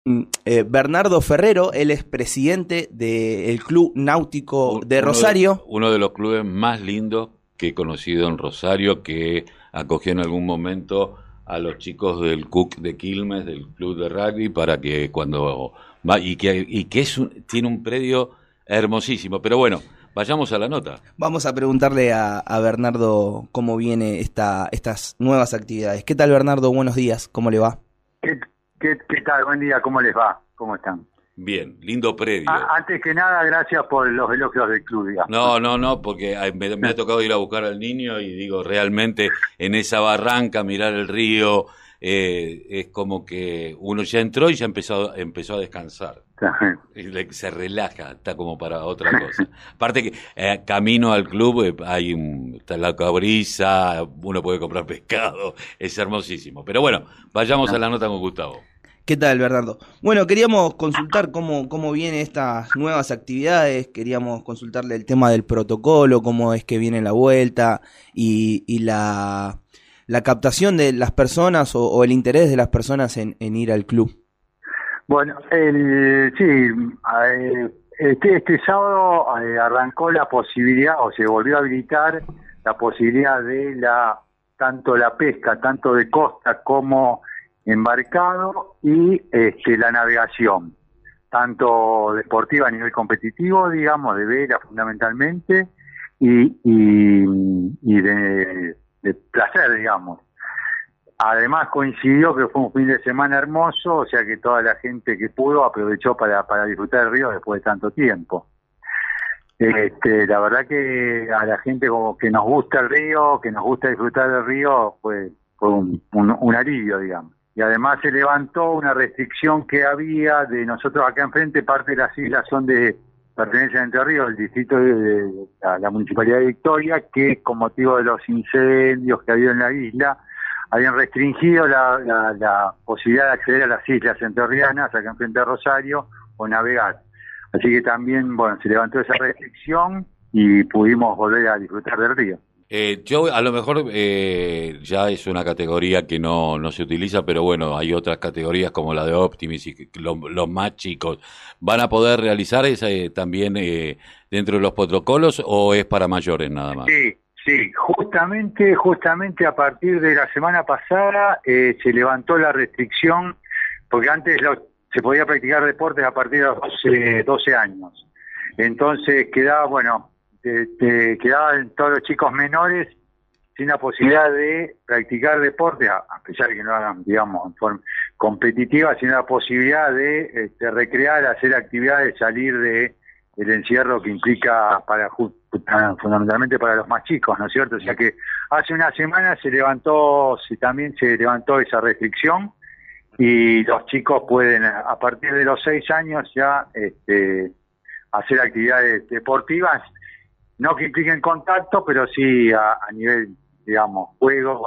Bernardo Ferrero, él es presidente del Club Náutico de Rosario. Uno de los clubes más lindos que he conocido en Rosario, que acogió en algún momento a los chicos del Cook de Quilmes, del club de rugby, para que cuando va, y que tiene un predio hermosísimo. Pero bueno, vayamos a la nota. Vamos a preguntarle a Bernardo cómo viene estas nuevas actividades. ¿Qué tal, Bernardo? Buenos días, ¿cómo le va? ¿Qué tal? Buen día, ¿cómo les va? ¿Cómo están? Bien, lindo predio. Antes que nada, gracias por los elogios del club, digamos. No, porque me ha tocado ir a buscar al niño y digo, realmente en esa barranca, mirar el río, es como que uno ya entró y ya empezó a descansar. Se relaja, está como para otra cosa. Aparte que camino al club está la cabriza, uno puede comprar pescado, es hermosísimo. Pero bueno, vayamos a la nota con Gustavo. ¿Qué tal, Bernardo? Bueno, queríamos consultar cómo vienen estas nuevas actividades, queríamos consultarle el tema del protocolo, cómo es que viene la vuelta y la captación de las personas o el interés de las personas en ir al club. Bueno, este sábado arrancó la posibilidad, o se volvió a habilitar la posibilidad de tanto la pesca, tanto de costa como embarcado, y la navegación, tanto deportiva a nivel competitivo, digamos, de vela fundamentalmente, y de placer, digamos. Además coincidió que fue un fin de semana hermoso, o sea que toda la gente que pudo aprovechó para disfrutar del río después de tanto tiempo. La verdad que a la gente como que nos gusta el río, que nos gusta disfrutar del río, fue un alivio, digamos. Y además se levantó una restricción que había de nosotros acá enfrente. Parte de las islas pertenecen a Entre Ríos, el distrito de la Municipalidad de Victoria, que con motivo de los incendios que había en la isla, habían restringido la posibilidad de acceder a las islas entrerrianas, acá enfrente de Rosario, o navegar. Así que también, bueno, se levantó esa restricción y pudimos volver a disfrutar del río. Yo a lo mejor ya es una categoría que no se utiliza, pero bueno, hay otras categorías como la de Optimis y los más chicos. ¿Van a poder realizar esa también dentro de los protocolos o es para mayores nada más? Sí, justamente a partir de la semana pasada se levantó la restricción, porque antes se podía practicar deportes a partir de los 12 años. Entonces quedaban todos los chicos menores sin la posibilidad de practicar deportes, a pesar de que no hagan, digamos, en forma competitiva, sino la posibilidad de recrear, hacer actividades, salir del encierro que implica fundamentalmente para los más chicos, ¿no es cierto? O sea que hace una semana también se levantó esa restricción y los chicos pueden, a partir de los 6 años ya, hacer actividades deportivas, no que impliquen contacto, pero sí a nivel, digamos, juego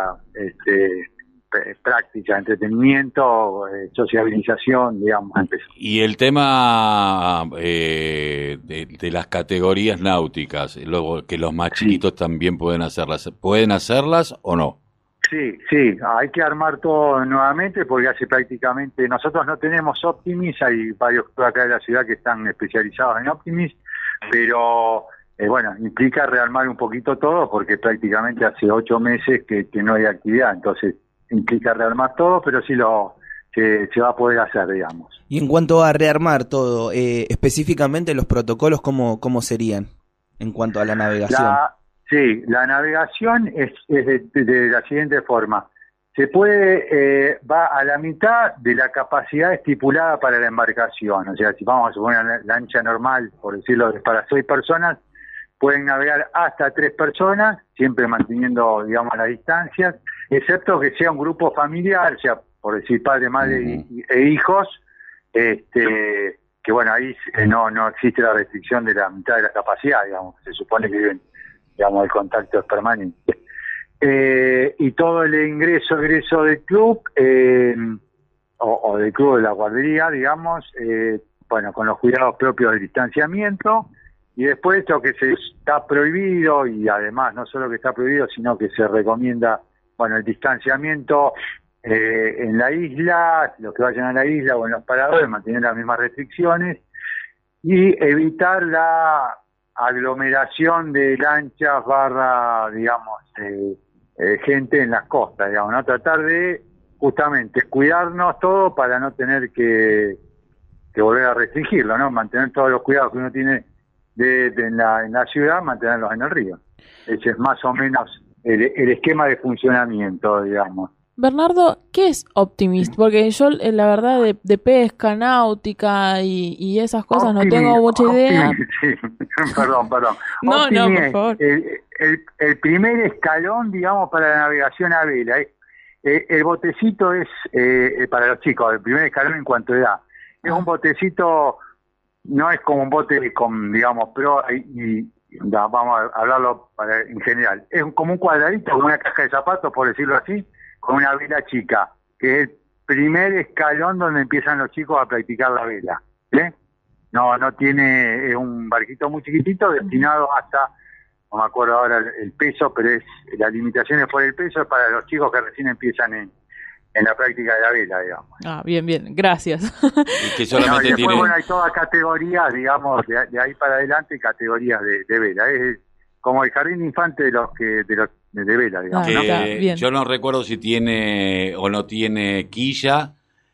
/ práctica, entretenimiento, sociabilización, digamos. Y el tema de las categorías náuticas, luego que los más chiquitos también pueden hacerlas o no? Sí, hay que armar todo nuevamente porque hace prácticamente, nosotros no tenemos Optimis, hay varios clubes acá de la ciudad que están especializados en Optimis, pero implica rearmar un poquito todo porque prácticamente hace 8 meses que no hay actividad, entonces implica rearmar todo, pero sí se va a poder hacer, digamos. Y en cuanto a rearmar todo, específicamente los protocolos, ¿cómo serían en cuanto a la navegación? La navegación es de la siguiente forma. Se puede, va a la mitad de la capacidad estipulada para la embarcación. O sea, si vamos a suponer una lancha normal, por decirlo, para 6 personas, pueden navegar hasta 3 personas, siempre manteniendo, digamos, las distancias, excepto que sea un grupo familiar, o sea, por decir padre, madre e hijos, que bueno, ahí no existe la restricción de la mitad de la capacidad, digamos, se supone que viven, digamos, el contacto es permanente. Y todo el egreso del club, o del club de la guardería, digamos, con los cuidados propios del distanciamiento, y después lo que está prohibido, y además no solo que está prohibido, sino que se recomienda, el distanciamiento en la isla, los que vayan a la isla o en los paradores, mantener las mismas restricciones y evitar la aglomeración de lanchas digamos, gente en las costas, digamos, ¿no? Tratar de justamente cuidarnos todo para no tener que volver a restringirlo, ¿no? Mantener todos los cuidados que uno tiene en la ciudad, mantenerlos en el río. Ese es más o menos el esquema de funcionamiento, digamos. Bernardo, ¿qué es Optimist? Porque yo, la verdad, de pesca, náutica y esas cosas no tengo mucha idea. Sí, perdón. No, por favor. El primer escalón, digamos, para la navegación a vela. El botecito es, para los chicos, el primer escalón en cuanto a edad. Es un botecito, no es como un bote con, digamos, vamos a hablarlo en general. Es como un cuadradito, como una caja de zapatos, por decirlo así, con una vela chica, que es el primer escalón donde empiezan los chicos a practicar la vela. No tiene, es un barquito muy chiquitito destinado hasta, no me acuerdo ahora el peso, pero la limitación es por el peso, es para los chicos que recién empiezan en la práctica de la vela, digamos. Bien, gracias. Y que solamente después, bueno, hay todas categorías, digamos, de ahí para adelante, categorías de vela. Es como el jardín de infantes de vela, digamos. ¿No? Yo no recuerdo si tiene o no tiene quilla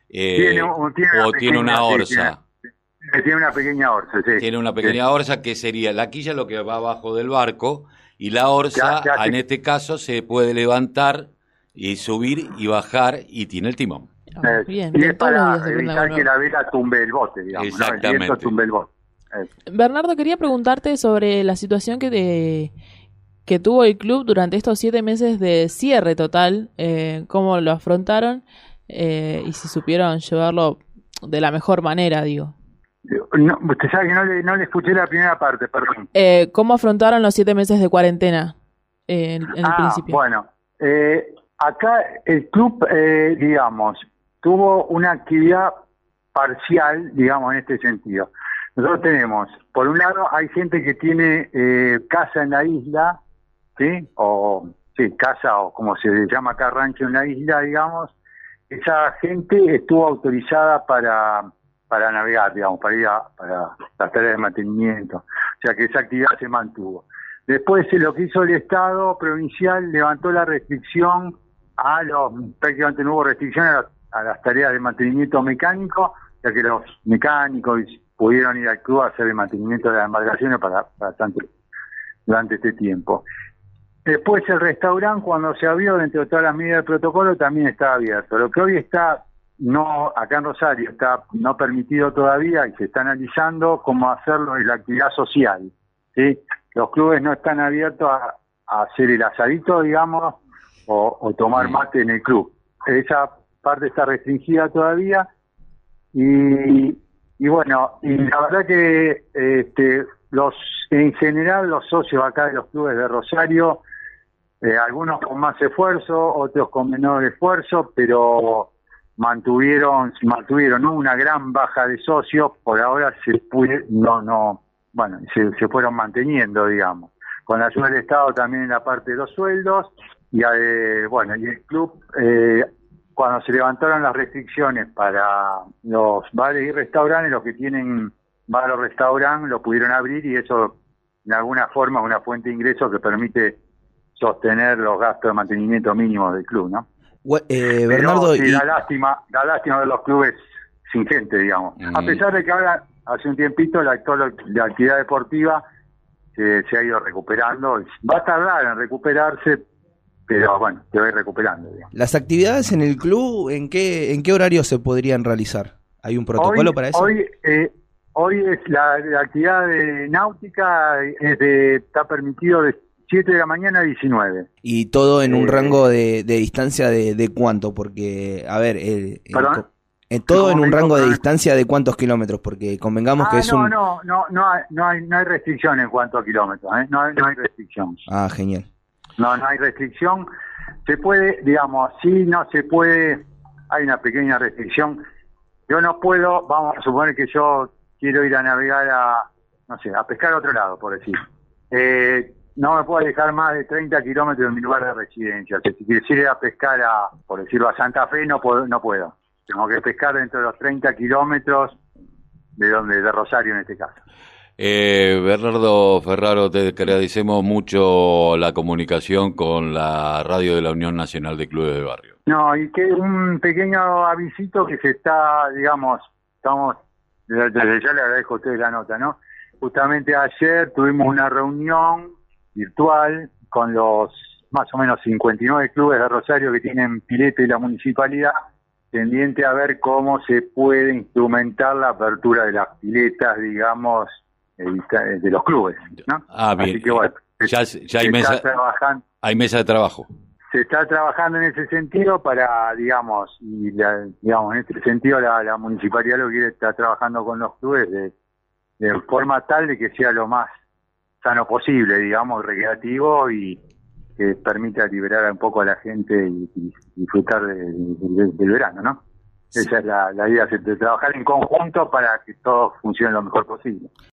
tiene una orza. Tiene una pequeña orza, sí. Tiene una pequeña orza, que sería la quilla, lo que va abajo del barco, y la orza, en este caso, se puede levantar y subir y bajar, y tiene el timón. Bien, y es para evitar que la vela tumbe el bote, digamos. Exactamente. ¿no? El viento tumbe el bote. Bernardo, quería preguntarte sobre la situación que tuvo el club durante estos 7 meses de cierre total, cómo lo afrontaron y si supieron llevarlo de la mejor manera, digo. No, usted sabe que no le escuché la primera parte, perdón. ¿Cómo afrontaron los 7 meses de cuarentena en el principio? Bueno, acá el club, digamos, tuvo una actividad parcial, digamos, en este sentido. Nosotros tenemos, por un lado, hay gente que tiene casa en la isla, ¿sí? Casa, o como se llama acá, rancho en la isla, digamos. Esa gente estuvo autorizada para navegar, digamos, para las tareas de mantenimiento. O sea que esa actividad se mantuvo. Después lo que hizo el Estado provincial, levantó la restricción prácticamente no hubo restricción a las tareas de mantenimiento mecánico, ya que los mecánicos pudieron ir al club a hacer el mantenimiento de las embarcaciones durante este tiempo. Después el restaurante, cuando se abrió dentro de todas las medidas del protocolo, también está abierto. Lo que hoy está acá en Rosario está no permitido todavía y se está analizando cómo hacerlo en la actividad social, ¿sí? Los clubes no están abiertos a hacer el asadito, digamos, o tomar mate en el club. Esa parte está restringida todavía y bueno, y la verdad que en general los socios acá de los clubes de Rosario, algunos con más esfuerzo, otros con menor esfuerzo, pero mantuvieron ¿no? una gran baja de socios. Por ahora se fueron manteniendo, digamos, con la ayuda del Estado también en la parte de los sueldos y el club, cuando se levantaron las restricciones para los bares y restaurantes, los que tienen bar o restaurante lo pudieron abrir, y eso de alguna forma es una fuente de ingresos que permite sostener los gastos de mantenimiento mínimos del club, ¿no? Bernardo, sí, da lástima de los clubes sin gente, digamos. A pesar de que ahora, hace un tiempito, la actividad deportiva se ha ido recuperando. Va a tardar en recuperarse, pero bueno, se va a ir recuperando, digamos. ¿Las actividades en el club, en qué horario se podrían realizar? ¿Hay un protocolo para eso? Hoy es la actividad de náutica, está permitido de 7 de la mañana a 19. ¿Y todo en un rango de distancia de cuánto? Porque, a ver, todo en un rango de distancia de cuántos kilómetros, porque convengamos que es no hay restricción en cuanto a kilómetros, no hay restricción. Ah, genial. No hay restricción. Se puede, digamos, sí, no se puede, hay una pequeña restricción. Yo no puedo, vamos a suponer que yo quiero ir a navegar a pescar a otro lado, por decir. no me puedo alejar más de 30 kilómetros de mi lugar de residencia. O sea, si quisiera ir a pescar por decirlo, a Santa Fe, no puedo. Tengo que pescar dentro de los 30 kilómetros de Rosario en este caso. Bernardo Ferraro, te agradecemos mucho la comunicación con la radio de la Unión Nacional de Clubes de Barrio. No, y que un pequeño avisito que se está, digamos, desde ya le agradezco a ustedes la nota, ¿no? Justamente ayer tuvimos una reunión virtual con los más o menos 59 clubes de Rosario que tienen pileta y la municipalidad, pendiente a ver cómo se puede instrumentar la apertura de las piletas, digamos, de los clubes, ¿no? Ah, bien. Así que bueno, ya hay mesa de trabajo. Se está trabajando en ese sentido para, digamos, digamos en este sentido la municipalidad lo quiere estar trabajando con los clubes de forma tal de que sea lo más sano posible, digamos, recreativo y que permita liberar un poco a la gente y disfrutar del verano, ¿no? Esa es la idea, de trabajar en conjunto para que todo funcione lo mejor posible.